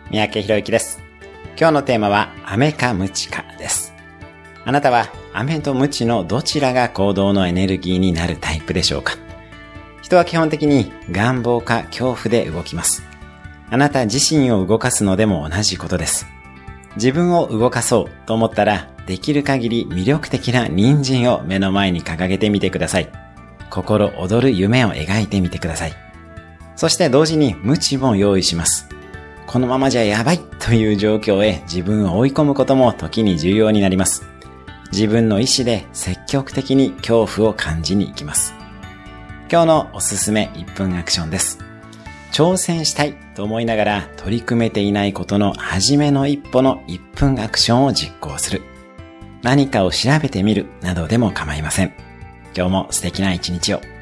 三宅宏之です。今日のテーマは飴か無知かです。あなたは飴と無知のどちらが行動のエネルギーになるタイプでしょうか？人は基本的に願望か恐怖で動きます。あなた自身を動かすのでも同じことです。自分を動かそうと思ったら、できる限り魅力的な人参を目の前に掲げてみてください。心躍る夢を描いてみてください。そして同時に無知も用意します。このままじゃやばいという状況へ自分を追い込むことも時に重要になります。自分の意志で積極的に恐怖を感じに行きます。今日のおすすめ1分アクションです。挑戦したいと思いながら取り組めていないことの初めの一歩の1分アクションを実行する。何かを調べてみるなどでも構いません。今日も素敵な一日を。